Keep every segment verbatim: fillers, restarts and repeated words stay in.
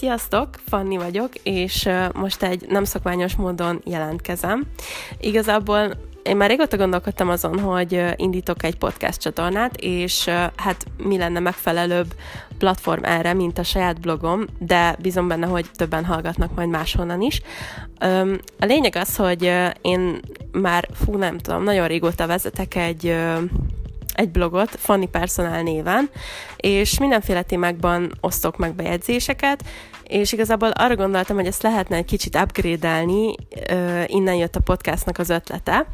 Sziasztok, Fanni vagyok, és most egy nem szokványos módon jelentkezem. Igazából én már régóta gondolkodtam azon, hogy indítok egy podcast csatornát, és hát mi lenne megfelelőbb platform erre, mint a saját blogom, de bízom benne, hogy többen hallgatnak majd máshonnan is. A lényeg az, hogy én már, fú, nem tudom, nagyon régóta vezetek egy... egy blogot, Fanni Personal néven, és mindenféle témákban osztok meg bejegyzéseket, és igazából arra gondoltam, hogy ezt lehetne egy kicsit upgrade-elni, innen jött a podcastnak az ötlete.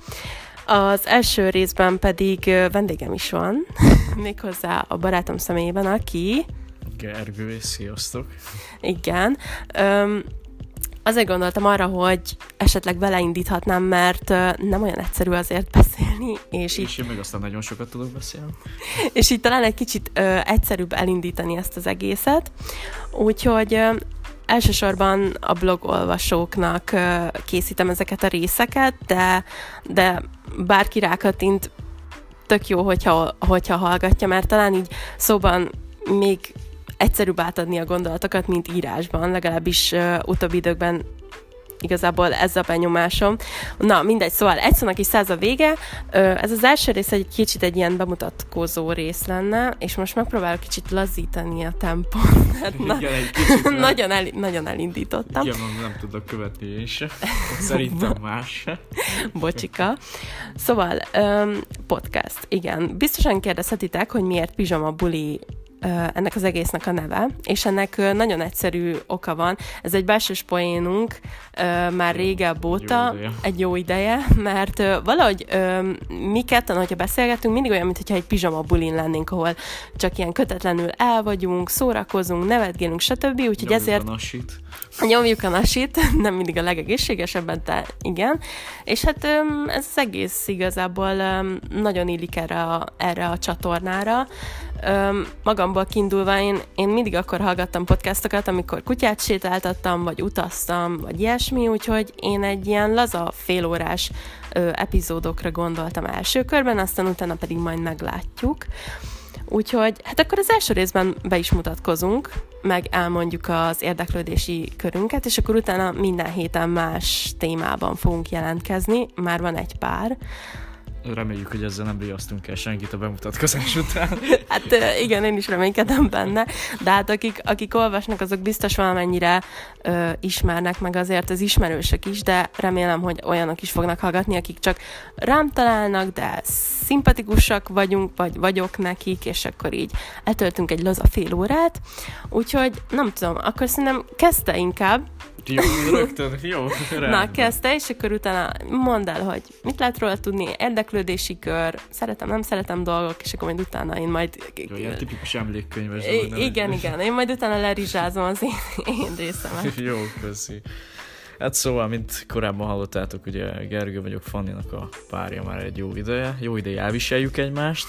Az első részben pedig vendégem is van, méghozzá a barátom személyében, aki... Gergő, és sziasztok! Igen. Um, Azért gondoltam arra, hogy esetleg beleindíthatnám, mert nem olyan egyszerű azért beszélni. És, és így, én meg aztán nagyon sokat tudok beszélni. És így talán egy kicsit ö, egyszerűbb elindítani ezt az egészet. Úgyhogy ö, elsősorban a blogolvasóknak ö, készítem ezeket a részeket, de, de bárki rákattint, tök jó, hogyha, hogyha hallgatja, mert talán így szóban még egyszerűbb átadni a gondolatokat, mint írásban, legalábbis uh, utóbbi időkben igazából ez a benyomásom. Na, mindegy, szóval egy szónak is száz a vége. Uh, ez az első rész egy kicsit egy ilyen bemutatkozó rész lenne, és most megpróbálok kicsit lazítani a tempót. Na, igen, egy kicsit nagyon, el, nagyon elindítottam. Igen, nem tudok követni én se. Szerintem más se. Bocsika. Szóval, um, podcast, igen. Biztosan kérdezhetitek, hogy miért Pizsama Buli ennek az egésznek a neve, és ennek nagyon egyszerű oka van. Ez egy belsős poénunk már régebb óta, jó egy jó ideje, mert valahogy mi ketten, hogyha beszélgetünk, mindig olyan, mintha egy pizsama bulin lennénk, ahol csak ilyen kötetlenül el vagyunk, szórakozunk, nevetgélünk, stb. Úgyhogy Nyomjuk ezért... a nasit. Nyomjuk a nasit, nem mindig a legegészségesebben, de igen. És hát ez az egész igazából nagyon illik erre a, erre a csatornára. Magamból kiindulva én, én mindig akkor hallgattam podcastokat, amikor kutyát sétáltattam, vagy utaztam, vagy ilyesmi, úgyhogy én egy ilyen laza félórás ö, epizódokra gondoltam első körben, aztán utána pedig majd meglátjuk. Úgyhogy hát akkor az első részben be is mutatkozunk, meg elmondjuk az érdeklődési körünket, és akkor utána minden héten más témában fogunk jelentkezni, már van egy pár. Reméljük, hogy ezzel nem riasztunk el senkit a bemutatkozás után. Hát igen, én is reménykedem benne, de hát akik, akik olvasnak, azok biztos valamennyire ö, ismernek, meg azért az ismerősök is, de remélem, hogy olyanok is fognak hallgatni, akik csak rám találnak, de szimpatikusak vagyunk, vagy vagyok nekik, és akkor így eltöltünk egy laza fél órát. Úgyhogy nem tudom, akkor szerintem kezdte inkább. Jó, rögtön, jó. Rendben. Na, kezdte, és akkor utána mondd el, hogy mit lehet róla tudni, érdeklődési kör, szeretem, nem szeretem dolgok, és akkor majd utána én majd... Jó, ilyen tipikus emlékkönyves. I- igen, igen, én majd utána lerizsázom az én, én részemet. Jó, köszi. Hát szóval, mint korábban hallottátok, ugye Gergő vagyok, Fanninak a párja már egy jó ideje. Jó ideje elviseljük egymást.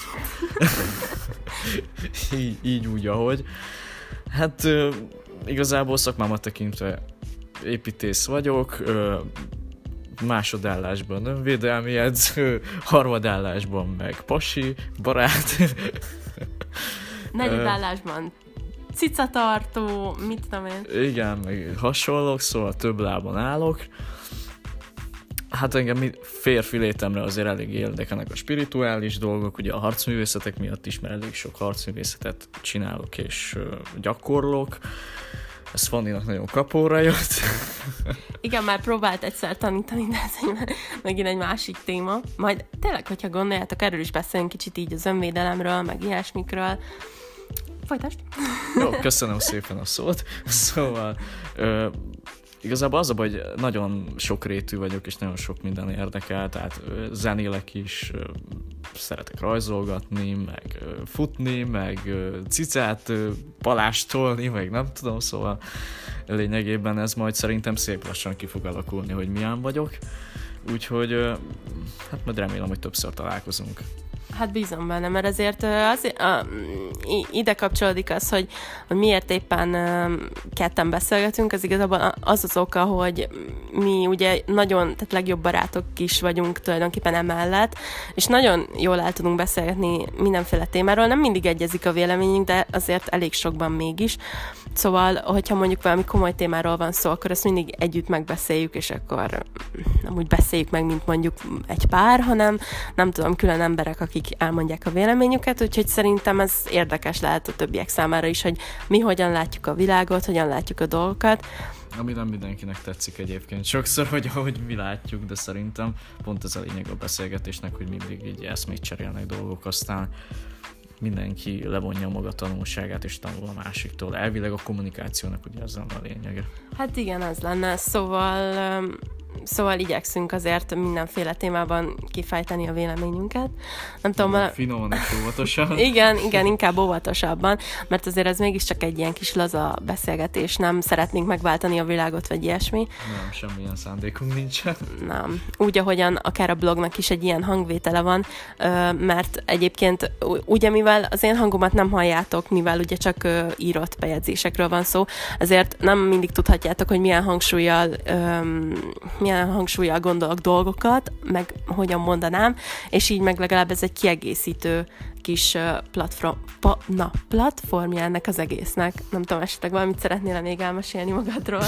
így, így úgy, ahogy. Hát igazából szakmámat tekintve építész vagyok, másodállásban önvédelmi edző, harmadállásban meg pasi, barát. Negyedállásban cicatartó, mit tudom én. Igen, meg hasonlók, szóval több lábon állok. Hát engem férfi létemre azért elég érdekelnek a spirituális dolgok, ugye a harcművészetek miatt is, mert elég sok harcművészetet csinálok és gyakorlok. Ez Fanninak nagyon kapóra jött. Igen, már próbált egyszer tanítani, de ez egy, megint egy másik téma. Majd tényleg, hogyha gondoljátok, erről is beszélünk kicsit így az önvédelemről, meg ilyesmikről. Folytasd! Jó, köszönöm szépen a szót. Szóval ö, igazából az a baj, hogy nagyon sokrétű vagyok, és nagyon sok minden érdekel, tehát ö, zenélek is, ö, szeretek rajzolgatni, meg ö, futni, meg ö, cicát ö, palástolni, meg nem tudom, szóval lényegében ez majd szerintem szép lassan ki fog alakulni, hogy milyen vagyok. Úgyhogy ö, hát majd remélem, hogy többször találkozunk. Hát bízom benne, mert azért, azért ide kapcsolódik az, hogy, hogy miért éppen ketten beszélgetünk, az igazából az az oka, hogy mi ugye nagyon, tehát legjobb barátok is vagyunk tulajdonképpen emellett, és nagyon jól el tudunk beszélgetni mindenféle témáról, nem mindig egyezik a véleményünk, de azért elég sokban mégis. Szóval, hogyha mondjuk valami komoly témáról van szó, akkor ezt mindig együtt megbeszéljük, és akkor nem úgy beszéljük meg, mint mondjuk egy pár, hanem nem tudom, külön emberek, akik elmondják a véleményüket, úgyhogy szerintem ez érdekes lehet a többiek számára is, hogy mi hogyan látjuk a világot, hogyan látjuk a dolgokat. Ami nem mindenkinek tetszik egyébként sokszor, hogy ahogy mi látjuk, de szerintem pont ez a lényeg a beszélgetésnek, hogy mindig így eszmét cserélnek dolgok, aztán mindenki levonja maga tanulságát és tanul a másiktól. Elvileg a kommunikációnak ugye ez lenne a lényege. Hát igen, az lenne. Szóval, szóval igyekszünk azért mindenféle témában kifejteni a véleményünket. Nem tudom, vala... Finoman és óvatosan. igen, igen, inkább óvatosabban, mert azért ez mégiscsak egy ilyen kis laza beszélgetés, nem szeretnénk megváltani a világot, vagy ilyesmi. Nem, semmilyen szándékunk nincsen. Nem. Úgy, ahogyan akár a blognak is egy ilyen hangvétele van, mert egyébként ugye, mivel az én hangomat nem halljátok, mivel ugye csak írott bejegyzésekről van szó, ezért nem mindig tudhatjátok, hogy milyen hangsúllyal milyen hangsúllyal gondolok dolgokat, meg hogyan mondanám, és így meg legalább ez egy kiegészítő kis platform, pa, na, platformja ennek az egésznek. Nem tudom, esetleg valamit szeretnél még elmesélni magadról?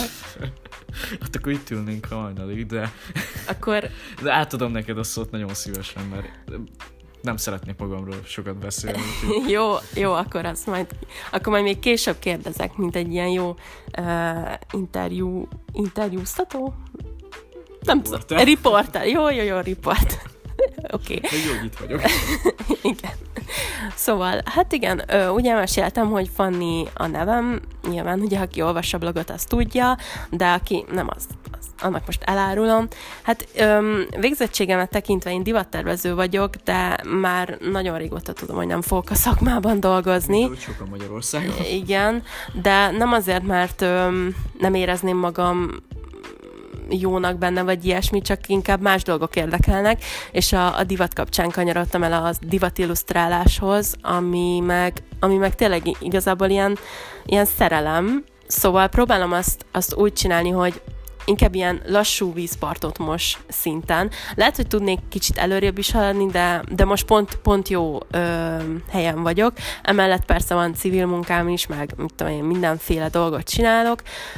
Hát akkor itt ülnénk hajnalig, de... Akkor... De átadom neked a szót nagyon szívesen, mert nem szeretnék magamról sokat beszélni. jó, jó, akkor az majd... Akkor majd még később kérdezek, mint egy ilyen jó uh, interjú... interjúztató? Nem tudom. Riporter. Jó, jó, jó, riporter. Oké. Okay. Jó, hogy itt vagyok. Igen. Szóval, hát igen, ugye meséltem, hogy Fanni a nevem, nyilván, ugye, aki olvassa a blogot, az tudja, de aki nem, az, az annak most elárulom. Hát öm, végzettségemet tekintve én divattervező vagyok, de már nagyon régóta tudom, hogy nem fogok a szakmában dolgozni. Úgy sokan Magyarországon. Igen, de nem azért, mert öm, nem érezném magam jónak benne, vagy ilyesmi, csak inkább más dolgok érdekelnek, és a, a divat kapcsán kanyarodtam el a divat illusztráláshoz, ami meg, ami meg tényleg igazából ilyen, ilyen szerelem, szóval próbálom azt, azt úgy csinálni, hogy inkább ilyen lassú vízpartot most szinten. Lehet, hogy tudnék kicsit előrébb is haladni, de, de most pont, pont jó ö, helyen vagyok. Emellett persze van civil munkám is, meg mit tudom én, mindenféle dolgot csinálok.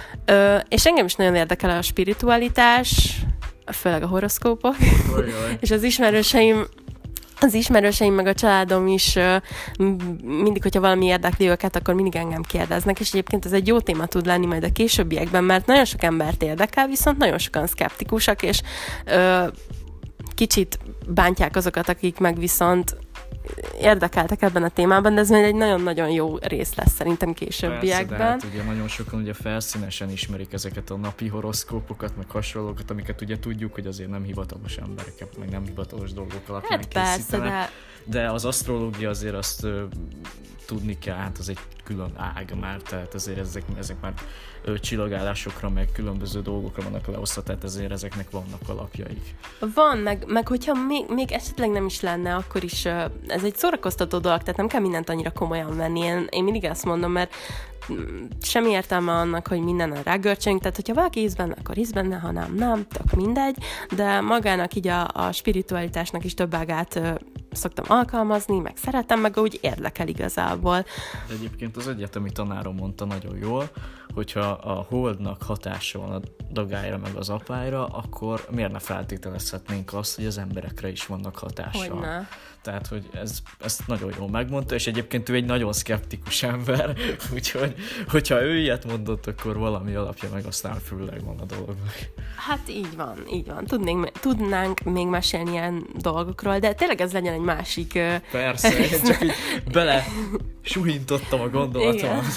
Ö, és engem is nagyon érdekel a spiritualitás, főleg a horoszkópok. És az ismerőseim Az ismerőseim meg a családom is mindig, hogyha valami érdekli őket, akkor mindig engem kérdeznek, és egyébként ez egy jó téma tud lenni majd a későbbiekben, mert nagyon sok embert érdekel, viszont nagyon sokan szkeptikusak, és ö, kicsit bántják azokat, akik meg viszont érdekeltek ebben a témában, de ez majd egy nagyon-nagyon jó rész lesz szerintem későbbiekben. Persze, de hát ugye nagyon sokan ugye felszínesen ismerik ezeket a napi horoszkópokat, meg hasonlókat, amiket ugye tudjuk, hogy azért nem hivatalos embereket, meg nem hivatalos dolgok alapján hát készítenek. Persze, de... de az asztrológia azért azt ö, tudni kell, hát az egy külön ág már, tehát azért ezek, ezek már ö, csillagállásokra, meg különböző dolgokra vannak leosztva, tehát ezért ezeknek vannak alapjaik. Van, meg, meg hogyha még, még esetleg nem is lenne, akkor is ö, ez egy szórakoztató dolog, tehát nem kell mindent annyira komolyan venni. Én, én mindig ezt mondom, mert semmi értelme annak, hogy mindenen rágörcsöljünk, tehát hogyha valaki hisz benne, akkor hisz benne, ha nem, nem, tök mindegy, de magának így a, a spiritualitásnak is több ágát ö, szoktam alkalmazni, meg szeretem, meg úgy érdekel igazából. De egyébként az egyetemi tanárom mondta nagyon jól, hogyha a holdnak hatása van a dagályra meg az apályra, akkor miért ne feltételezhetnénk azt, hogy az emberekre is vannak hatással. Hogyne. Tehát, hogy ez, ezt nagyon jól megmondta, és egyébként ő egy nagyon szkeptikus ember, úgyhogy hogyha ő ilyet mondott, akkor valami alapja meg aztán főleg van a dolognak. Hát így van, így van. Tudnénk, tudnánk még mesélni ilyen dolgokról, de tényleg ez legyen egy másik... Persze, én csak így bele suhintottam a gondolatomat.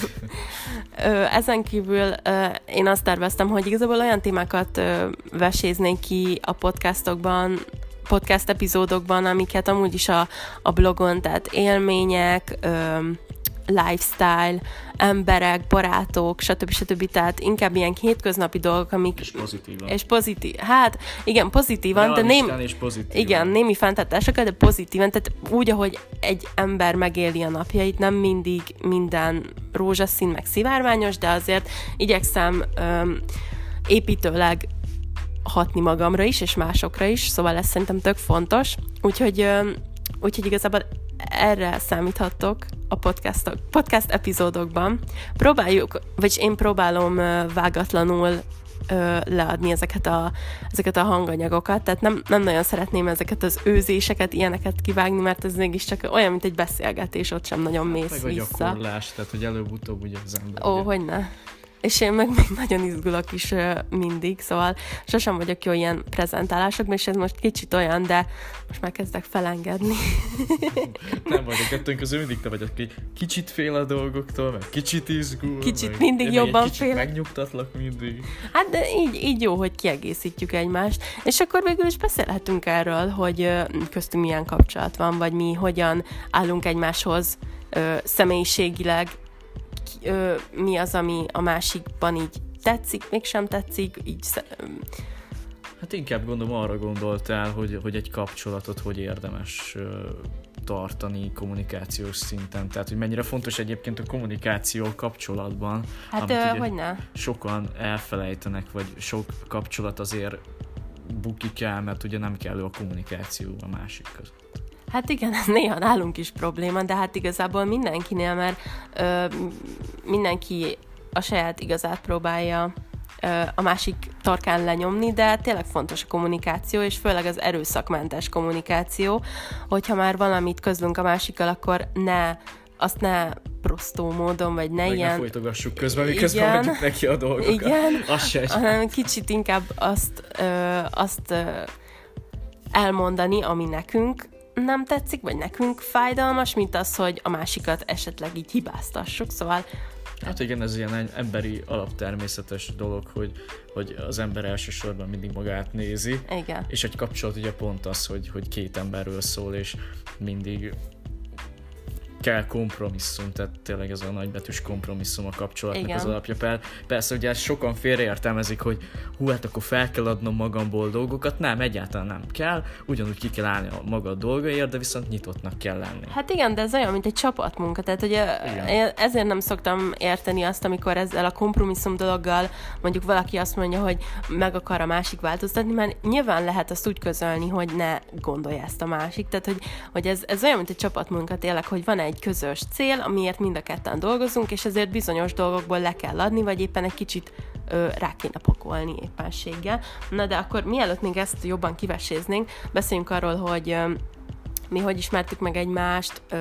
Ezen kívül én azt terveztem, hogy igazából olyan témákat veséznék ki a podcastokban, podcast epizódokban, amiket amúgy is a, a blogon, tehát élmények, lifestyle, emberek, barátok, stb. stb. Tehát inkább ilyen hétköznapi dolgok, amik... És pozitívan. És pozitív. Hát, igen, pozitívan, de ném... és pozitívan. Igen, némi fenntartásokkal, de pozitívan, tehát úgy, ahogy egy ember megéli a napjait, nem mindig minden rózsaszín, meg szivárványos, de azért igyekszem öm, építőleg hatni magamra is, és másokra is, szóval ez szerintem tök fontos. Úgyhogy, öm, úgyhogy igazából erre számíthattok a podcast, podcast epizódokban. Próbáljuk, vagy én próbálom vágatlanul leadni ezeket a, ezeket a hanganyagokat, tehát nem, nem nagyon szeretném ezeket az őzéseket, ilyeneket kivágni, mert ez mégiscsak olyan, mint egy beszélgetés, ott sem nagyon mész meg vissza. Meg a gyakorlás, tehát hogy előbb-utóbb ugye az ember. Ó, hogyne. És én meg még nagyon izgulok is uh, mindig, szóval sosem vagyok jó ilyen prezentálásokban, és ez most kicsit olyan, de most már kezdek felengedni. Nem vagy, a kettőnk közül mindig te vagy, aki kicsit fél a dolgoktól, meg kicsit izgul. Kicsit meg mindig jobban kicsit fél. megnyugtatlak mindig. Hát de így, így jó, hogy kiegészítjük egymást. És akkor végül is beszélhetünk erről, hogy uh, köztünk milyen kapcsolat van, vagy mi hogyan állunk egymáshoz uh, személyiségileg, Ö, mi az, ami a másikban így tetszik, mégsem tetszik, így... Hát inkább gondolom arra gondoltál, hogy, hogy egy kapcsolatot hogy érdemes ö, tartani kommunikációs szinten, tehát hogy mennyire fontos egyébként a kommunikáció kapcsolatban, hát amit ö, hogyne? sokan elfelejtenek, vagy sok kapcsolat azért bukik el, mert ugye nem kellő a kommunikáció a másik között. Hát igen, ez néha nálunk is probléma, de hát igazából mindenkinél, mert ö, mindenki a saját igazát próbálja ö, a másik torkán lenyomni, de tényleg fontos a kommunikáció, és főleg az erőszakmentes kommunikáció, hogyha már valamit közlünk a másikkal, akkor ne, azt ne prostó módon, vagy ne meg ilyen... ne folytogassuk közben, miközben mondjuk neki a dolgokat. Igen, az se egy... hanem kicsit inkább azt, ö, azt ö, elmondani, ami nekünk nem tetszik, vagy nekünk fájdalmas, mint az, hogy a másikat esetleg így hibáztassuk, szóval... Hát igen, ez ilyen emberi alaptermészetes dolog, hogy, hogy az ember elsősorban mindig magát nézi, igen. És egy kapcsolat ugye pont az, hogy, hogy két emberről szól, és mindig kell kompromisszum, tehát tényleg ez a nagybetűs kompromisszum a kapcsolatnak igen. Az alapja. Persze, ugye ezt sokan félreértelmezik, hogy hú, hát akkor fel kell adnom magamból dolgokat. Nem, egyáltalán nem kell, ugyanúgy ki kell állni a maga dolgaiért, de viszont nyitottnak kell lenni. Hát igen, de ez olyan, mint egy csapatmunka, tehát ugye én ezért nem szoktam érteni azt, amikor ezzel a kompromisszum dologgal mondjuk valaki azt mondja, hogy meg akar a másik változtatni, mert nyilván lehet azt úgy közölni, hogy ne gondolja ezt a másik, tehát hogy, hogy ez, ez olyan, mint egy csapatmunka tényleg, hogy van egy közös cél, amiért mind a ketten dolgozunk, és ezért bizonyos dolgokból le kell adni, vagy éppen egy kicsit ö, rá kéne pakolni éppenséggel. Na de akkor mielőtt még ezt jobban kiveséznénk, beszéljünk arról, hogy ö, mi hogy ismertük meg egymást, ö,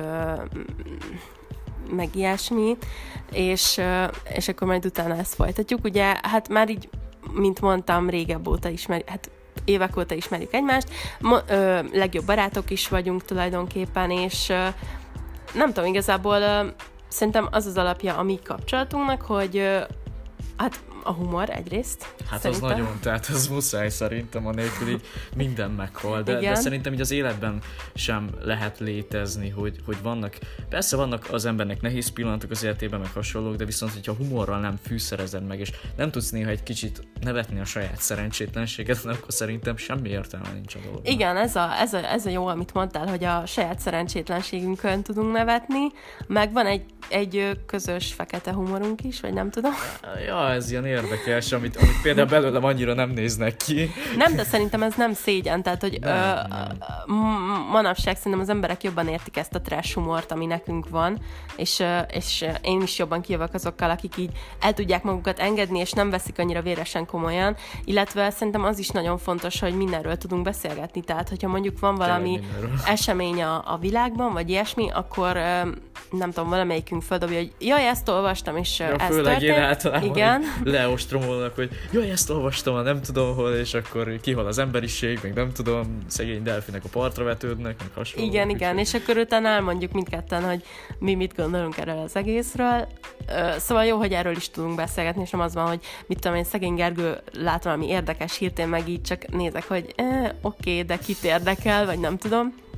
meg ilyesmi, és, ö, és akkor majd utána ezt folytatjuk. Ugye, hát már így, mint mondtam, régebb óta ismerjük, hát évek óta ismerjük egymást, Mo- ö, legjobb barátok is vagyunk tulajdonképpen, és ö, nem tudom, igazából uh, szerintem az az alapja a mi kapcsolatunknak, hogy uh, hát a humor egyrészt. Hát szerintem. Az nagyon, tehát az muszáj szerintem, anélkül így minden meghal, de, de szerintem így az életben sem lehet létezni, hogy, hogy vannak, persze vannak az embernek nehéz pillanatok az életében, meg hasonlók, de viszont, hogyha humorral nem fűszerezed meg, és nem tudsz néha egy kicsit nevetni a saját szerencsétlenséget, akkor szerintem semmi értelme nincs a dologban. Igen, ez a, ez, a, ez a jó, amit mondtál, hogy a saját szerencsétlenségünkön tudunk nevetni, meg van egy, egy közös fekete humorunk is, vagy nem tudom. Ja, ez ilyen érdekes, amit, amit például belőlem annyira nem néznek ki. Nem, de szerintem ez nem szégyen, tehát, hogy nem, ö, nem. manapság szerintem az emberek jobban értik ezt a trash humort, ami nekünk van, és, és én is jobban kijövök azokkal, akik így el tudják magukat engedni, és nem veszik annyira véresen komolyan, illetve szerintem az is nagyon fontos, hogy mindenről tudunk beszélgetni, tehát hogyha mondjuk van valami esemény a, a világban, vagy ilyesmi, akkor nem tudom, valamelyikünk földobja, hogy jaj, ezt olvastam, és ja, ez főleg történt. Én általában igen. leostromolnak, hogy jaj, ezt olvastam, nem tudom hol, és akkor kihal az emberiség, meg nem tudom, szegény delfinek a partra vetődnek, meg hasonló. Igen, igen, és akkor utána elmondjuk mindketten, hogy mi mit gondolunk erről az egészről. Szóval jó, hogy erről is tudunk beszélgetni, és nem az van, hogy mit tudom én, szegény Gergő lát valami érdekes hírt, én meg így csak nézek, hogy eh, oké, okay, de kit érdekel, vagy nem tudom.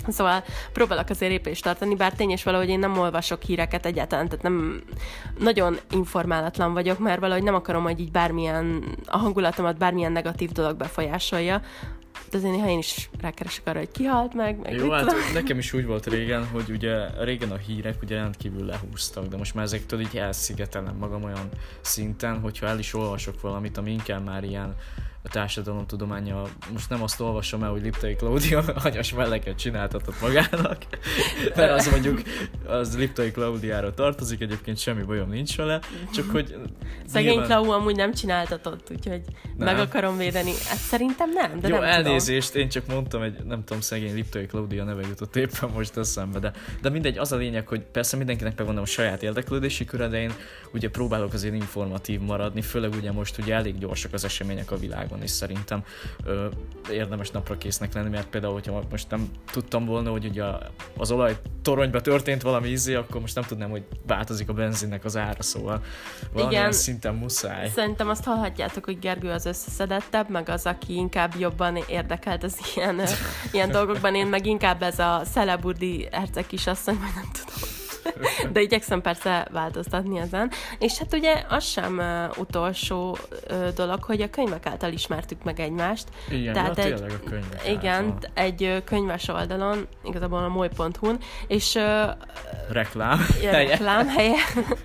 Szóval próbálok azért lépést tartani, bár tény és valahogy én nem olvasok híreket egyáltalán, tehát nem nagyon informálatlan vagyok, mert valahogy nem akarom, hogy így bármilyen, a hangulatomat bármilyen negatív dolog befolyásolja, de azért néha én is rákeresek arra, hogy kihalt meg, meg jó, hát nekem is úgy volt régen, hogy ugye régen a hírek ugye rendkívül lehúztak, de most már ezektől így elszigetelem magam olyan szinten, hogyha el is olvasok valamit, ami inkább már ilyen a társadalomtudománya, most nem azt olvasom el, hogy Liptai Klaudia hanyas melleket csináltatott magának, mert az mondjuk az Liptai Klaudiára tartozik, egyébként semmi bajom nincs vele, csak hogy... Szegény nyilván... Klau amúgy nem csináltatott, úgyhogy nem. Meg akarom védeni. Hát szerintem nem, de jó, nem elnézést, tudom. Én csak mondtam, egy, nem tudom, szegény Liptai Klaudia neve jutott éppen most eszembe, de, de mindegy, az a lényeg, hogy persze mindenkinek megvan a saját érdeklődési köre, de én ugye próbálok azért informatív maradni, főleg ugye most ugye elég gyorsak az események a világon, és szerintem ö, érdemes naprakésznek lenni, mert például, hogyha most nem tudtam volna, hogy ugye az olajtoronyba történt valami ízé, akkor most nem tudnám, hogy változik a benzinnek az ára, szóval valamilyen szinten muszáj. Szerintem azt hallhatjátok, hogy Gergő az összeszedettebb, meg az, aki inkább jobban érdekelt az ilyen, ilyen dolgokban, én meg inkább ez a celeburdi herceg kisasszony, vagy nem tudom. De igyekszem persze változtatni ezen. És hát ugye az sem uh, utolsó uh, dolog, hogy a könyvek által ismertük meg egymást. Igen, tehát egy, tényleg a könyvek igen, által. egy uh, könyves oldalon, igazából a moly pont hu-n, és uh, reklám ja, helye. Reklám helye.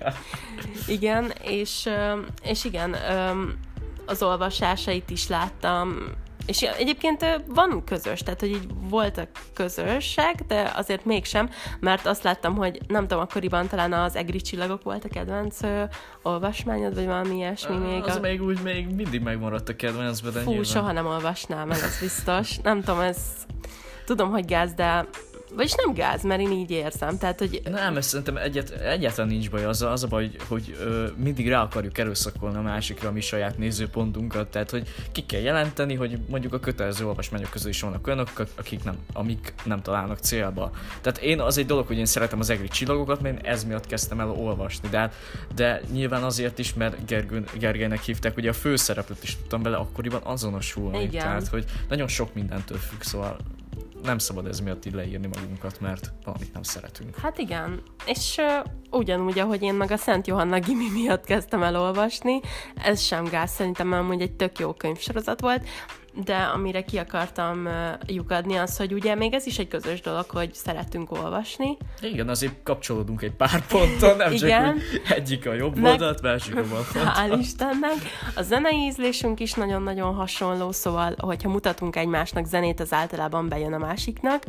Igen, és, uh, és igen, um, az olvasásait is láttam, és egyébként van közös, tehát hogy így voltak közösek, de azért mégsem, mert azt láttam, hogy nem tudom, akkoriban talán az Egri csillagok volt a kedvenc ö, olvasmányod, vagy valami ilyesmi még. Az a... még úgy még mindig megmaradt a kedvencbe, de Fú, nyilván... soha nem olvasnám meg, az biztos. Nem tudom, ez... Tudom, hogy gáz, de... Vagyis nem gáz, mert én így érzem, tehát, hogy... Nem, ezt szerintem egyet, egyáltalán nincs baj. Az a, az a baj, hogy, hogy ö, mindig rá akarjuk erőszakolni a másikra a mi saját nézőpontunkat, tehát, hogy ki kell jelenteni, hogy mondjuk a kötelező olvasmányok közül is vannak olyanok, akik nem, amik nem találnak célba. Tehát én az egy dolog, hogy én szeretem az Egri csillagokat, mert én ez miatt kezdtem el olvasni, de, de nyilván azért is, mert Gergő, Gergelynek hívták, ugye a főszereplőt is tudtam bele akkoriban azonosulni, tehát, hogy nagyon sok mindentől függ, szóval nem szabad ez miatt így leírni magunkat, mert valamit nem szeretünk. Hát igen, és uh, ugyanúgy, ahogy én meg a Szent Johanna Gimi miatt kezdtem el olvasni, ez sem gáz, szerintem amúgy egy tök jó könyvsorozat volt, de amire ki akartam uh, lyukadni az, hogy ugye még ez is egy közös dolog, hogy szeretünk olvasni. Igen, azért kapcsolódunk egy pár ponton, nem csak úgy egyik a jobb meg... oldalt, másik a bal oldalt. Hál' Istennek. A zenei ízlésünk is nagyon-nagyon hasonló, szóval, hogyha mutatunk egymásnak zenét, az általában bejön a másiknak,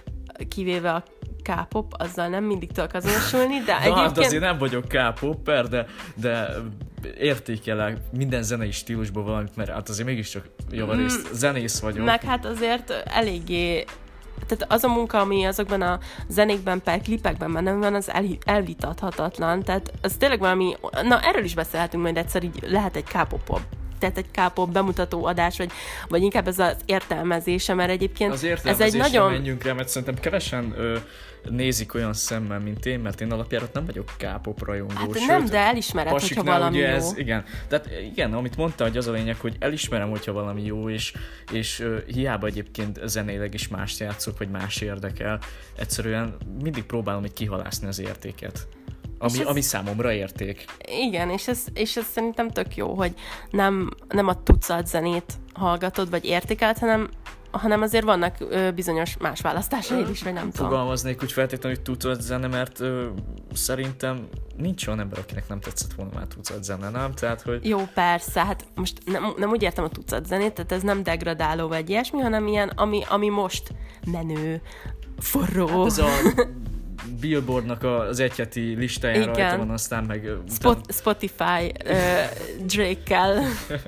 kivéve a K-pop, azzal nem mindig tudok azonosulni, de egyébként... Hát azért nem vagyok K-popper, de, de értékelek minden zenei stílusból valamit, mert hát azért mégiscsak javarészt mm, zenész vagyok. Meg hát azért eléggé... Tehát az a munka, ami azokban a zenékben, per klipekben benne van, az el, elvitathatatlan. Tehát az tényleg valami... Na, erről is beszélhetünk majd egyszer, így lehet egy K-pop tehát egy K-pop bemutató adás, vagy, vagy inkább ez az értelmezése, mert egyébként az ez egy nagyon... menjünk rá, mert szerintem kevesen ö, nézik olyan szemmel, mint én, mert én alapjárat nem vagyok K-pop rajongó. Hát sőt, nem, de elismered, hogyha valami jó. Ez, igen, tehát igen, amit mondta, hogy az a lényeg, hogy elismerem, hogyha valami jó, és, és ö, hiába egyébként zenéleg is mást játszok, vagy más érdekel, egyszerűen mindig próbálom így kihalászni az értéket. Ami, ez, ami számomra érték. Igen, és ez, és ez szerintem tök jó, hogy nem, nem a tucat zenét hallgatod, vagy értékelt, hanem, hanem azért vannak ö, bizonyos más választásaid is, vagy nem tudom. Fogalmaznék úgy feltétlenül, hogy tucat zene, mert ö, szerintem nincs olyan ember, akinek nem tetszett volna már tucat zene, nem? Tehát, hogy... Jó, persze, hát most nem, nem úgy értem a tucat zenét, tehát ez nem degradáló vagy ilyesmi, hanem ilyen, ami, ami most menő, forró. Hát ez a... Billboardnak az egyheti listáján rajta van, aztán meg... Spot- Spotify uh, Drake-kel.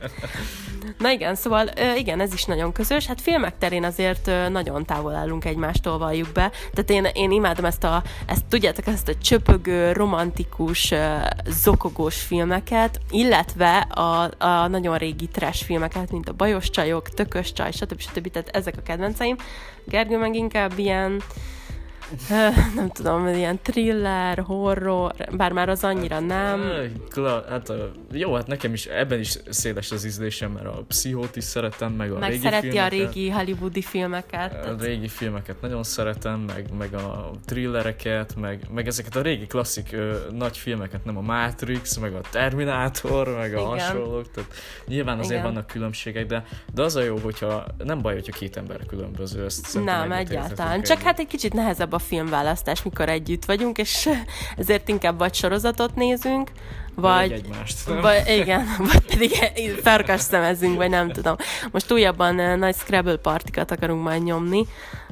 Na igen, szóval uh, igen, ez is nagyon közös. Hát filmek terén azért uh, nagyon távol állunk egymástól, valljuk be. Tehát én, én imádom ezt a, ezt, tudjátok, ezt a csöpögő, romantikus, uh, zokogós filmeket, illetve a, a nagyon régi trash filmeket, mint a Bajos csajok, Tökös csaj, stb. stb. Tehát ezek a kedvenceim. Gergő meg inkább ilyen nem tudom, ilyen thriller, horror, bár már az annyira nem. Kla- hát, jó, hát nekem is ebben is széles az ízlésem, mert a Pszichót is szeretem, meg a meg régi szereti filmeket. a régi hollywoodi filmeket. A régi filmeket nagyon szeretem, meg, meg a thrillereket, meg, meg ezeket a régi klasszik ö, nagy filmeket, nem a Matrix, meg a Terminátor, meg a Igen. hasonlók. Tehát nyilván azért Igen. vannak különbségek, de, de az a jó, hogyha nem baj, hogyha két ember különböző. Ezt szerintem Nem, egyetérthetünk egyáltalán. együtt. Csak hát egy kicsit nehezebb a filmválasztás, mikor együtt vagyunk, és ezért inkább vagy sorozatot nézünk, vagy... Vagy egymást. nem? Vagy, igen, vagy pedig farkas szemezünk, vagy nem tudom. Most újabban uh, nagy Scrabble partikat akarunk majd nyomni,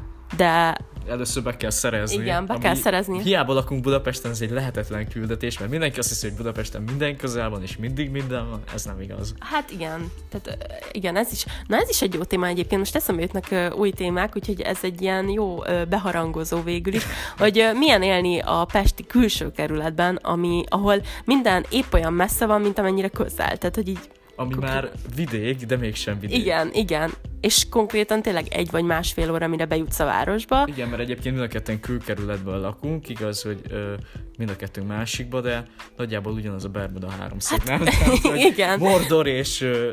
de Először be kell szerezni. igen, be ami kell szerezni. Hiába lakunk Budapesten, ez egy lehetetlen küldetés, mert mindenki azt hiszi, hogy Budapesten minden közel van, és mindig minden van. Ez nem igaz. Hát igen, tehát uh, igen, ez is, na ez is egy jó téma egyébként, most eszembe jutnak uh, új témák, úgyhogy ez egy ilyen jó uh, beharangozó végül is, hogy uh, milyen élni a pesti külső kerületben, ami, ahol minden épp olyan messze van, mint amennyire közel, tehát hogy így Ami konkrét- már vidék, de mégsem vidék. igen, igen, és konkrétan tényleg egy vagy másfél óra, mire bejutsz a városba. Igen, mert egyébként mind a ketten külkerületben lakunk, igaz, hogy ö, mind a kettőnk másikba, de nagyjából ugyanaz a Bermuda háromszög, Hát, nem? Tehát, hogy igen. Mordor és ö,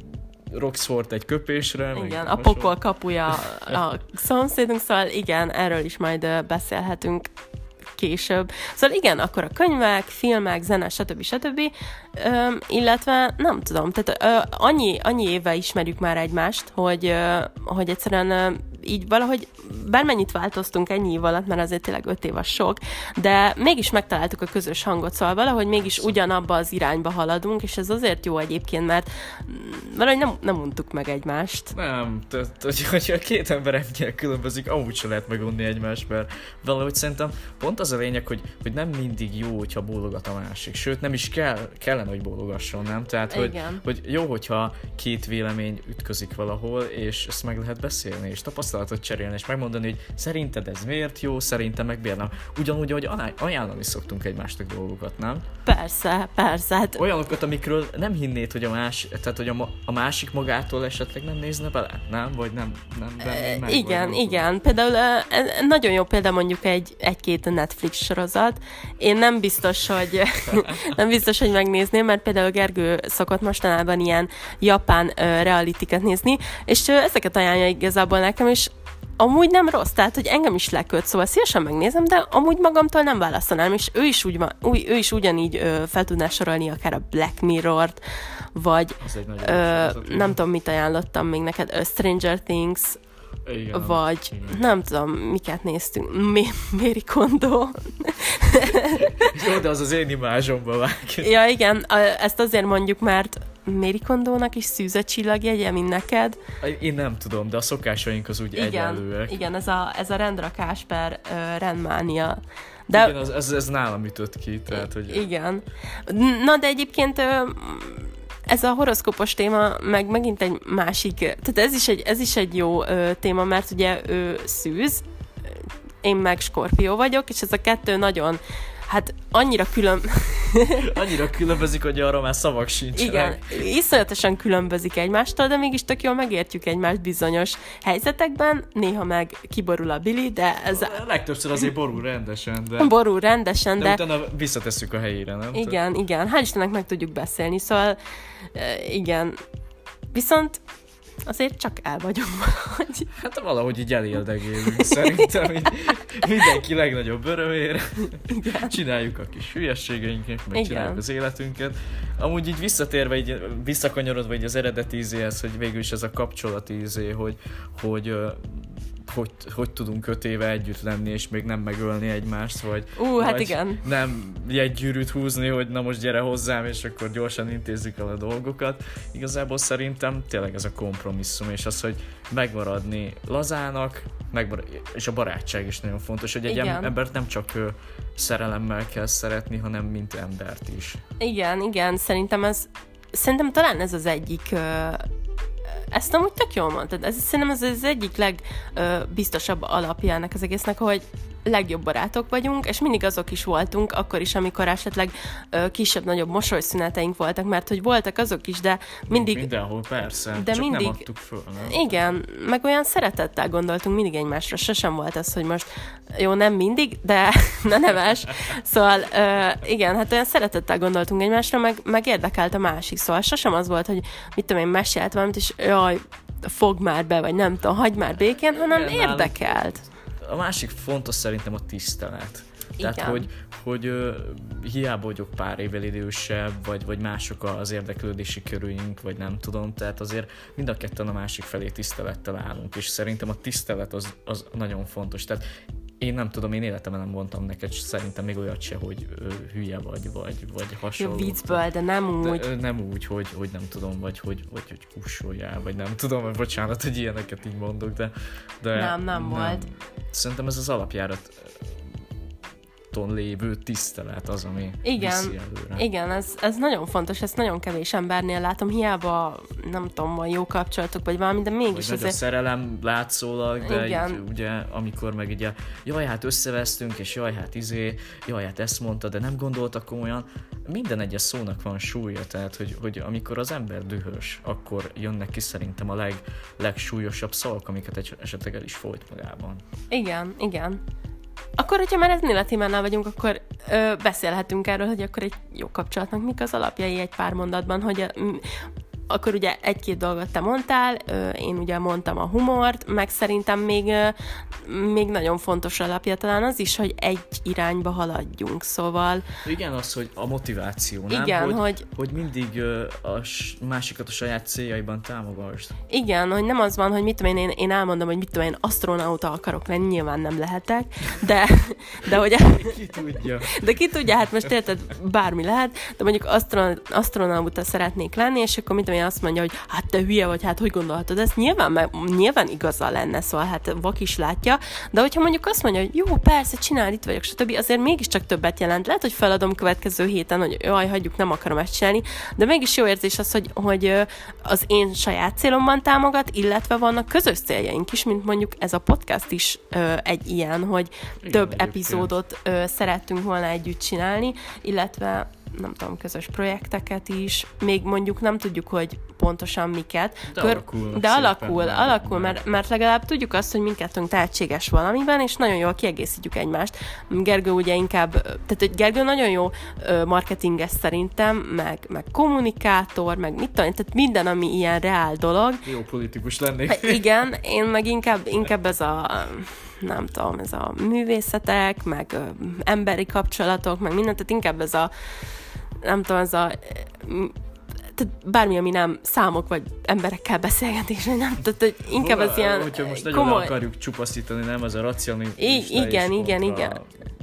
Roxford egy köpésre. meg Igen, a hasonló. pokol kapuja a szomszédunk, szóval igen, erről is majd ö, beszélhetünk később. Szóval igen, akkor a könyvek, filmek, zene, stb. stb. Öm, illetve nem tudom, tehát ö, annyi, annyi éve ismerjük már egymást, hogy, ö, hogy egyszerűen ö, így valahogy bármennyit változtunk ennyi év alatt, mert azért tényleg öt év az sok, de mégis megtaláltuk a közös hangot, szóval valahogy mégis ugyanabba az irányba haladunk, és ez azért jó egyébként, mert valahogy nem, nem untuk meg egymást. Nem, tehát hogy, hogyha két ember ennyire különbözik, amúgy se lehet megunni egymást, mert valahogy szerintem pont az a lényeg, hogy, hogy nem mindig jó, hogyha bólogat a másik. Sőt, nem is kell, kellene, hogy bólogasson, nem? Tehát, hogy, Igen. hogy jó, hogyha két vélemény ütközik valahol, és ezt meg lehet beszélni, és tapasztalatot cserélni, és megmondani, hogy szerinted ez miért jó, szerintem meg miért nem. Ugyanúgy, hogy ajánlani szoktunk egymásnak dolgokat, nem? Persze, persze. Hát Olyanokat, amikről nem hinnéd, hogy a, más, tehát, hogy a, ma- a másik magától esetleg nem nézne bele, nem? Vagy nem, nem venné meg, igen, vagy nem igen. Például uh, nagyon jó példa mondjuk egy, egy-két Netflix sorozat. Én nem biztos, hogy nem biztos, hogy megnézném, mert például Gergő szokott mostanában ilyen japán uh, realitiket nézni, és uh, ezeket ajánlja igazából nekem, és amúgy nem rossz, tehát, hogy engem is leköt, szóval szívesen megnézem, de amúgy magamtól nem választanám, és ő is, úgy van, új, ő is ugyanígy ö, fel tudná sorolni akár a Black Mirror-t, vagy Az egy nagyon ö, jó sorozat, igen. nem tudom, mit ajánlottam még neked, ö, Stranger Things, Igen, vagy igen. nem tudom, miket néztünk, Mi- Mary Kondo. Jó, de az az én imázsomba vág. Ja, igen, a, ezt azért mondjuk, mert Mary Kondónak is szűz a csillagjegye, mint neked. Én nem tudom, de a szokásaink az úgy Igen, egyenlőek. igen, ez a, ez a rendrakás per ö, rendmánia. De Igen, az, ez, ez nálam ütött ki, tehát, hogy... igen. Na, de egyébként ö, ez a horoszkópos téma meg megint egy másik, tehát ez is egy, ez is egy jó ö, téma, mert ugye ő szűz, én meg Skorpió vagyok, és ez a kettő nagyon, hát annyira külön... Annyira különbözik, hogy arra már szavak sincsenek. Igen, iszonyatosan különbözik egymástól, de mégis tök jól megértjük egymást bizonyos helyzetekben, néha meg kiborul a Billy, de ez a... Legtöbbször azért borul rendesen, de, borul rendesen, de, de... utána visszatesszük a helyére, nem? Igen, igen, hál' Istennek meg tudjuk beszélni, szóval e, igen, viszont azért csak el vagyunk valahogy. Hát valahogy így eléldegélünk, szerintem így mindenki legnagyobb örömére. Igen. Csináljuk a kis hülyességeinket, meg Igen. csináljuk az életünket. Amúgy így visszatérve, így visszakanyarodva így az eredeti ízéhez, hogy végül is ez a kapcsolati ízé, hogy, hogy ö, hogy, hogy tudunk öt éve együtt lenni, és még nem megölni egymást, vagy, Ú, hát vagy igen. nem jegygyűrűt húzni, hogy na most gyere hozzám, és akkor gyorsan intézzük el a dolgokat. Igazából szerintem tényleg ez a kompromisszum, és az, hogy megmaradni lazának, megmarad, és a barátság is nagyon fontos, hogy egy Igen. embert nem csak ö, szerelemmel kell szeretni, hanem mint embert is. Igen, igen, szerintem ez, szerintem talán ez az egyik, ö, ezt amúgy tök jól mondtad, ez, szerintem ez az egyik legbiztosabb alapja ennek az egésznek, hogy legjobb barátok vagyunk, és mindig azok is voltunk, akkor is, amikor esetleg ö, kisebb-nagyobb mosolyszüneteink voltak, mert hogy voltak azok is, de mindig... Mindenhol, persze, de csak mindig, nem adtuk föl. Nem? Igen, meg olyan szeretettel gondoltunk mindig egymásra, sosem volt az, hogy most, jó, nem mindig, de ne neves. Szóval, ö, igen, hát olyan szeretettel gondoltunk egymásra, meg, meg érdekelt a másik, szóval sosem az volt, hogy mit tudom én, mesélt valamit, és jaj, fog már be, vagy nem tudom, hagyj már békén, hanem igen, érdekelt. A másik fontos szerintem a tisztelet. Igen. Tehát, hogy, hogy uh, hiába vagyok pár évvel idősebb, vagy, vagy mások az érdeklődési körülünk, vagy nem tudom, tehát azért mind a ketten a másik felé tisztelettel állunk, és szerintem a tisztelet az, az nagyon fontos. Tehát én nem tudom, én életemben nem mondtam neked, szerintem még olyat se, hogy ö, hülye vagy, vagy, vagy hasonló. Jó viccből, de nem úgy. De, ö, nem úgy, hogy, hogy nem tudom, vagy hogy, vagy, hogy kussoljál, vagy nem tudom, vagy bocsánat, hogy ilyeneket így mondok, de... de nem, nem, nem volt. Szerintem ez az alapjárat lévő tisztelet az, ami igen, viszi előre. Igen, ez, ez nagyon fontos, ezt nagyon kevés embernél látom, hiába, nem tudom, van jó kapcsolatok, vagy valami, de mégis vagy azért... a szerelem látszólag, de így, ugye, amikor meg ugye, jaj, hát összevesztünk, és jaj, hát izé, jaj, hát ezt mondta, de nem gondoltak komolyan. Minden egyes szónak van súlya, tehát, hogy, hogy amikor az ember dühös, akkor jönnek ki szerintem a leg, legsúlyosabb szavak, amiket esetleg el is folyt magában. Igen, igen. Akkor, hogyha már ezen a témánál vagyunk, akkor ö, beszélhetünk erről, hogy akkor egy jó kapcsolatnak mik az alapjai egy pár mondatban, hogy a, m- akkor ugye egy-két dolgot te mondtál, ö, én ugye mondtam a humort, meg szerintem még, ö, még nagyon fontos alapja talán az is, hogy egy irányba haladjunk, szóval... Igen, az, hogy a motiváció, nem? Igen, hogy, hogy... hogy mindig ö, a másikat a saját céljaiban támogasd. Igen, hogy nem az van, hogy mit tudom én, én elmondom, hogy mit tudom én, asztronauta akarok lenni, nyilván nem lehetek, de, de hogy... Ki tudja. De ki tudja, hát most érted, bármi lehet, de mondjuk asztron, asztronauta szeretnék lenni, és akkor mit tudom én, azt mondja, hogy hát te hülye vagy, hát hogy gondolhatod ezt? Nyilván, mert nyilván igaza lenne, szóval hát vak is látja, de hogyha mondjuk azt mondja, hogy jó, persze, csinál, itt vagyok, stb., azért mégiscsak többet jelent. Lehet, hogy feladom következő héten, hogy jaj, hagyjuk, nem akarom ezt csinálni, de mégis jó érzés az, hogy, hogy az én saját célomban támogat, illetve vannak közös céljaink is, mint mondjuk ez a podcast is egy ilyen, hogy igen, több egyébként. epizódot szerettünk volna együtt csinálni, illetve nem tudom, közös projekteket is, még mondjuk nem tudjuk, hogy pontosan miket. De Kör... alakul. De alakul, már, alakul, mert, mert legalább tudjuk azt, hogy mindkettőnk tehetséges valamiben, és nagyon jól kiegészítjük egymást. Gergő ugye inkább, tehát hogy Gergő nagyon jó marketinges szerintem, meg, meg kommunikátor, meg mit tudom, tehát minden, ami ilyen reál dolog. Jó politikus lennék. Hát igen, én meg inkább, inkább ez a nem tudom, ez a művészetek, meg ö, emberi kapcsolatok, meg mindent, tehát inkább ez a nem tudom, ez a tehát bármi, ami nem számok, vagy emberekkel beszélgetés, vagy nem, tehát hogy inkább az ilyen hogyha most komoly... nagyon akarjuk csupaszítani, nem, az a racionalista I- igen, igen, kontra... igen.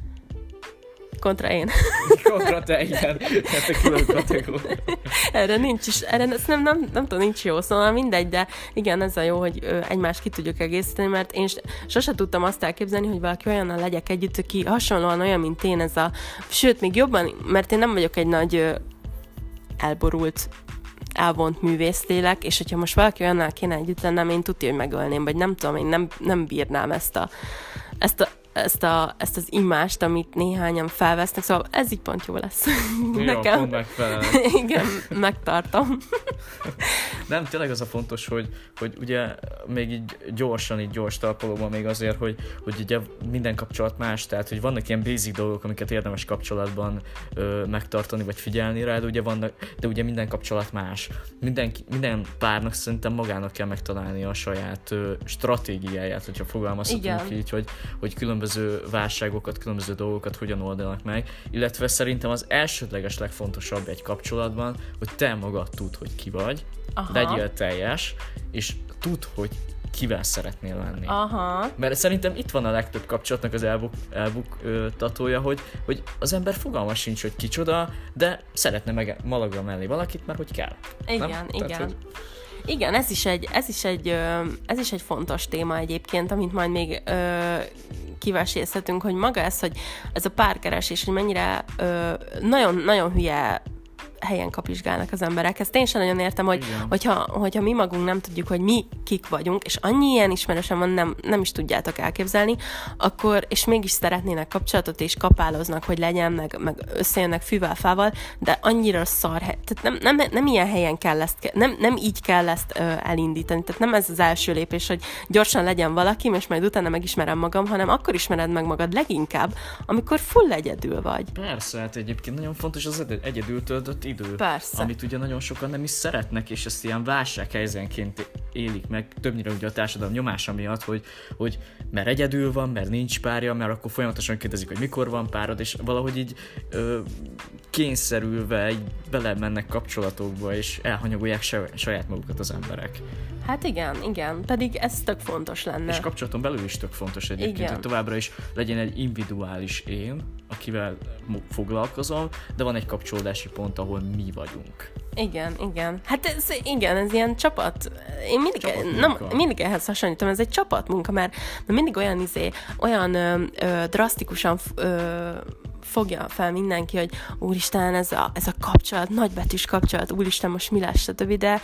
Kontra én. Kontra te, igen. Hát a külön kategória. Erre nincs is, erre nem, nem, nem tudom, nincs jó, szóval mindegy, de igen, ez a jó, hogy egymást ki tudjuk egészíteni, mert én sose tudtam azt elképzelni, hogy valaki olyannal legyek együtt, aki hasonlóan olyan, mint én, ez a, sőt, még jobban, mert én nem vagyok egy nagy elborult, elvont művészlélek, és hogyha most valaki olyannal kéne együtt lennem, én tudja, hogy megölném, vagy nem tudom, én nem, nem bírnám ezt a, ezt a Ezt, a, ezt az imást, amit néhányan felvesznek, szóval ez így pont jó lesz. Jó, nekem. pont megfelel. Igen, megtartom. Nem, tényleg az a fontos, hogy, hogy ugye még így gyorsan, így gyors talpalóban még azért, hogy, hogy ugye minden kapcsolat más, tehát hogy vannak ilyen basic dolgok, amiket érdemes kapcsolatban ö, megtartani, vagy figyelni rá, de ugye, vannak, de ugye minden kapcsolat más. Minden, minden párnak szerintem magának kell megtalálni a saját ö, stratégiáját, hogyha fogalmazhatunk így, hogy, hogy különböző válságokat, különböző dolgokat hogyan oldanak meg, illetve szerintem az elsődleges legfontosabb egy kapcsolatban, hogy te magad tudd, hogy ki vagy, aha, legyél teljes, és tudd, hogy kivel szeretnél lenni. Aha. Mert szerintem itt van a legtöbb kapcsolatnak az elbuk, elbuktatója, hogy, hogy az ember fogalma sincs, hogy kicsoda, de szeretne meg malagra mellé valakit, mert hogy kell. Igen, nem? igen. Tehát, hogy... Igen, ez is, egy, ez, is egy, ez is egy fontos téma egyébként, amit majd még ö, kivesézhetünk, hogy maga ez, hogy ez a párkeresés, hogy mennyire ö, nagyon, nagyon hülye helyen kapizsgálnak az emberek. Ezt én sem nagyon értem, hogy hogyha, hogyha mi magunk nem tudjuk, hogy mi kik vagyunk, és annyi ilyen ismerősen van, nem, nem is tudjátok elképzelni, akkor, és mégis szeretnének kapcsolatot, és kapáloznak, hogy legyen, meg, meg összejönnek fűvel, fával, de annyira szar, tehát nem, nem, nem ilyen helyen kell ezt, nem, nem így kell ezt ö, elindítani, tehát nem ez az első lépés, hogy gyorsan legyen valaki, és majd utána megismerem magam, hanem akkor ismered meg magad leginkább, amikor full egyedül vagy. Persze, hát egyébként nagyon fontos az egyedül töltött idő, Persze. amit ugye nagyon sokan nem is szeretnek, és ezt ilyen válsághelyzenként élik meg, többnyire ugye a társadalom nyomása miatt, hogy, hogy mert egyedül van, mert nincs párja, mert akkor folyamatosan kérdezik, hogy mikor van párod, és valahogy így ö, kényszerülve így belemennek kapcsolatokba, és elhanyagolják saját magukat az emberek. Hát igen, igen, pedig ez tök fontos lenne. És kapcsolaton belül is tök fontos egyébként, igen. hogy továbbra is legyen egy individuális én, akivel foglalkozom, de van egy kapcsolódási pont, ahol mi vagyunk. Igen, igen. Hát ez, igen, ez ilyen csapat. Én mindig, nem, mindig ehhez hasonlítom, ez egy csapatmunka, mert, mert mindig olyan izé, olyan ö, ö, drasztikusan ö, fogja fel mindenki, hogy úristen, ez a, ez a kapcsolat, nagybetűs kapcsolat, úristen, most mi lesz, stb. De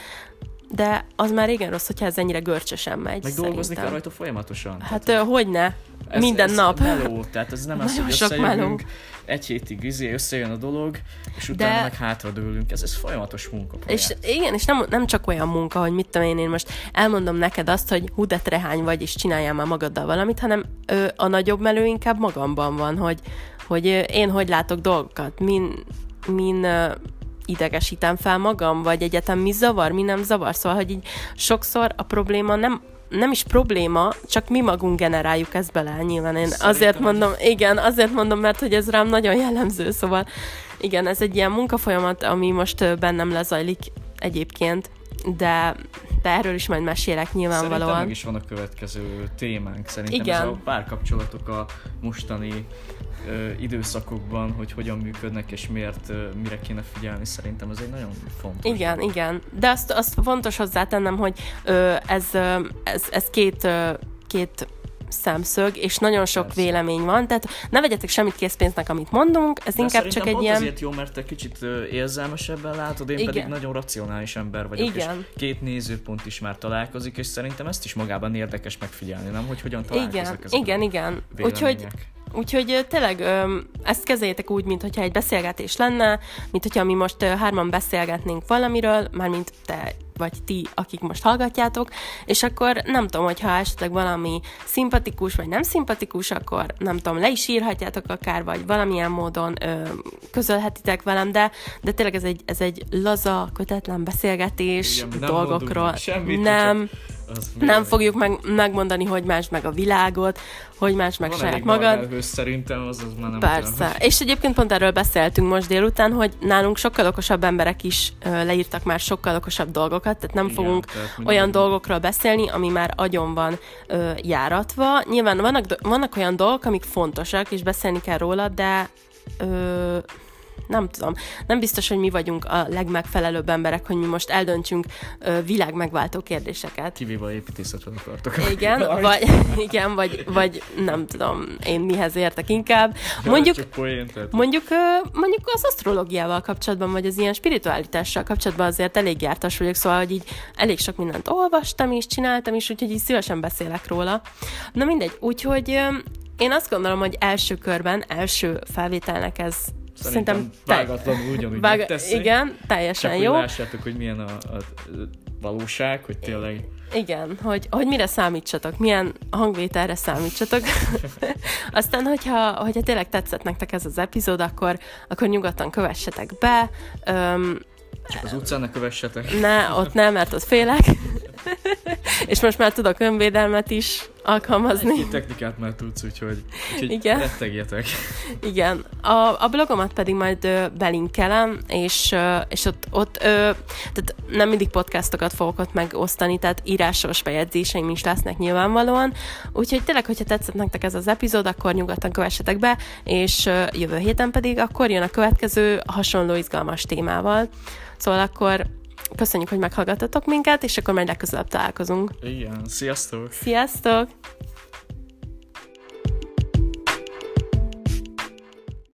de az már régen rossz, hogyha ez ennyire görcsösen megy. Meg dolgozni kell rajta folyamatosan. Hát tehát, hogyne, ez, minden ez nap. Meló, tehát ez nem az, hogy összejövünk, egy hétig izé, összejön a dolog, és utána de... meg hátradőlünk. Ez, ez folyamatos munka. És igen, és nem, nem csak olyan munka, hogy mit tudom én, én most elmondom neked azt, hogy hú, de trehány vagy, és csináljál már magaddal valamit, hanem ö, a nagyobb melő inkább magamban van, hogy, hogy én hogy látok dolgokat, min, min ö, idegesítem fel magam, vagy egyetem mi zavar, mi nem zavar. Szóval, hogy így sokszor a probléma nem, nem is probléma, csak mi magunk generáljuk ezt bele. Nyilván én Szerintem. azért mondom, igen, azért mondom, mert hogy ez rám nagyon jellemző. Szóval igen, ez egy ilyen munkafolyamat, ami most bennem lezajlik egyébként, de, de erről is majd mesélek nyilvánvalóan. Szerintem meg is van a következő témánk. Szerintem igen. ez a párkapcsolatok a mostani ö, időszakokban, hogy hogyan működnek, és miért, ö, mire kéne figyelni, szerintem ez egy nagyon fontos. Igen, dolog. igen. De azt, azt fontos hozzátennem, hogy ö, ez, ö, ez, ez két, ö, két szemszög, és nagyon sok Persze. vélemény van, tehát ne vegyetek semmit készpénznek, amit mondunk, ez De inkább csak egy ilyen... azért jó, mert te kicsit érzelmesebben látod, én Igen. pedig nagyon racionális ember vagyok, Igen. és két nézőpont is már találkozik, és szerintem ezt is magában érdekes megfigyelni, nem? Hogy hogyan találkoznak Igen, ezek igen, a igen. Úgyhogy, úgyhogy tényleg ezt kezeljétek úgy, mintha egy beszélgetés lenne, mint hogyha mi most hárman beszélgetnénk valamiről, mármint te vagy ti, akik most hallgatjátok, és akkor nem tudom, hogyha esetleg valami szimpatikus, vagy nem szimpatikus, akkor nem tudom, le is írhatjátok akár, vagy valamilyen módon ö, közölhetitek velem, de, de tényleg ez egy, ez egy laza, kötetlen beszélgetés Igen, dolgokról. Semmit, nem, nem fogjuk meg, megmondani, hogy másd meg a világot, hogy másd meg Van saját magad. Van szerintem, az az már nem Persze. Kell. És egyébként pont erről beszéltünk most délután, hogy nálunk sokkal okosabb emberek is ö, leírtak már sokkal okosabb dolgokat, tehát nem Igen, fogunk tehát olyan minden... dolgokról beszélni, ami már agyon van ö, járatva. Nyilván vannak, vannak olyan dolgok, amik fontosak, és beszélni kell róla, de ö, nem tudom, nem biztos, hogy mi vagyunk a legmegfelelőbb emberek, hogy mi most eldöntsünk ö, világmegváltó kérdéseket. Kivéve a építészetről akartok. Igen, vagy, igen vagy, vagy nem tudom, én mihez értek inkább. Mondjuk, poén, mondjuk, ö, mondjuk az asztrológiával kapcsolatban, vagy az ilyen spiritualitással kapcsolatban azért elég jártas vagyok, szóval, hogy így elég sok mindent olvastam is, csináltam is, úgyhogy így szívesen beszélek róla. Na mindegy, úgyhogy ö, én azt gondolom, hogy első körben, első felvételnek ez Szerintem, Szerintem vágatlanul ugyanúgy vág... megteszi. Igen, teljesen Csak jó. Csak lássátok, hogy milyen a, a valóság, hogy tényleg... Igen, hogy, hogy mire számítsatok, milyen hangvételre számítsatok. Aztán, hogyha, hogyha tényleg tetszett nektek ez az epizód, akkor, akkor nyugodtan kövessetek be. Öm, Csak az utcán ne kövessetek. Ne, ott nem, mert ott félek. És most már tudok önvédelmet is alkalmazni. Egy-két technikát már tudsz, úgyhogy, úgyhogy rettegjetek. Igen. A, a blogomat pedig majd ö, belinkelem, és, ö, és ott, ott ö, tehát nem mindig podcastokat fogok ott megosztani, tehát írásos bejegyzéseim is lesznek nyilvánvalóan. Úgyhogy tényleg, hogyha tetszett nektek ez az epizód, akkor nyugodtan kövessetek be, és ö, jövő héten pedig akkor jön a következő hasonló izgalmas témával. Szóval akkor köszönjük, hogy meghallgattatok minket, és akkor majd legközelebb találkozunk. Igen, sziasztok! Sziasztok!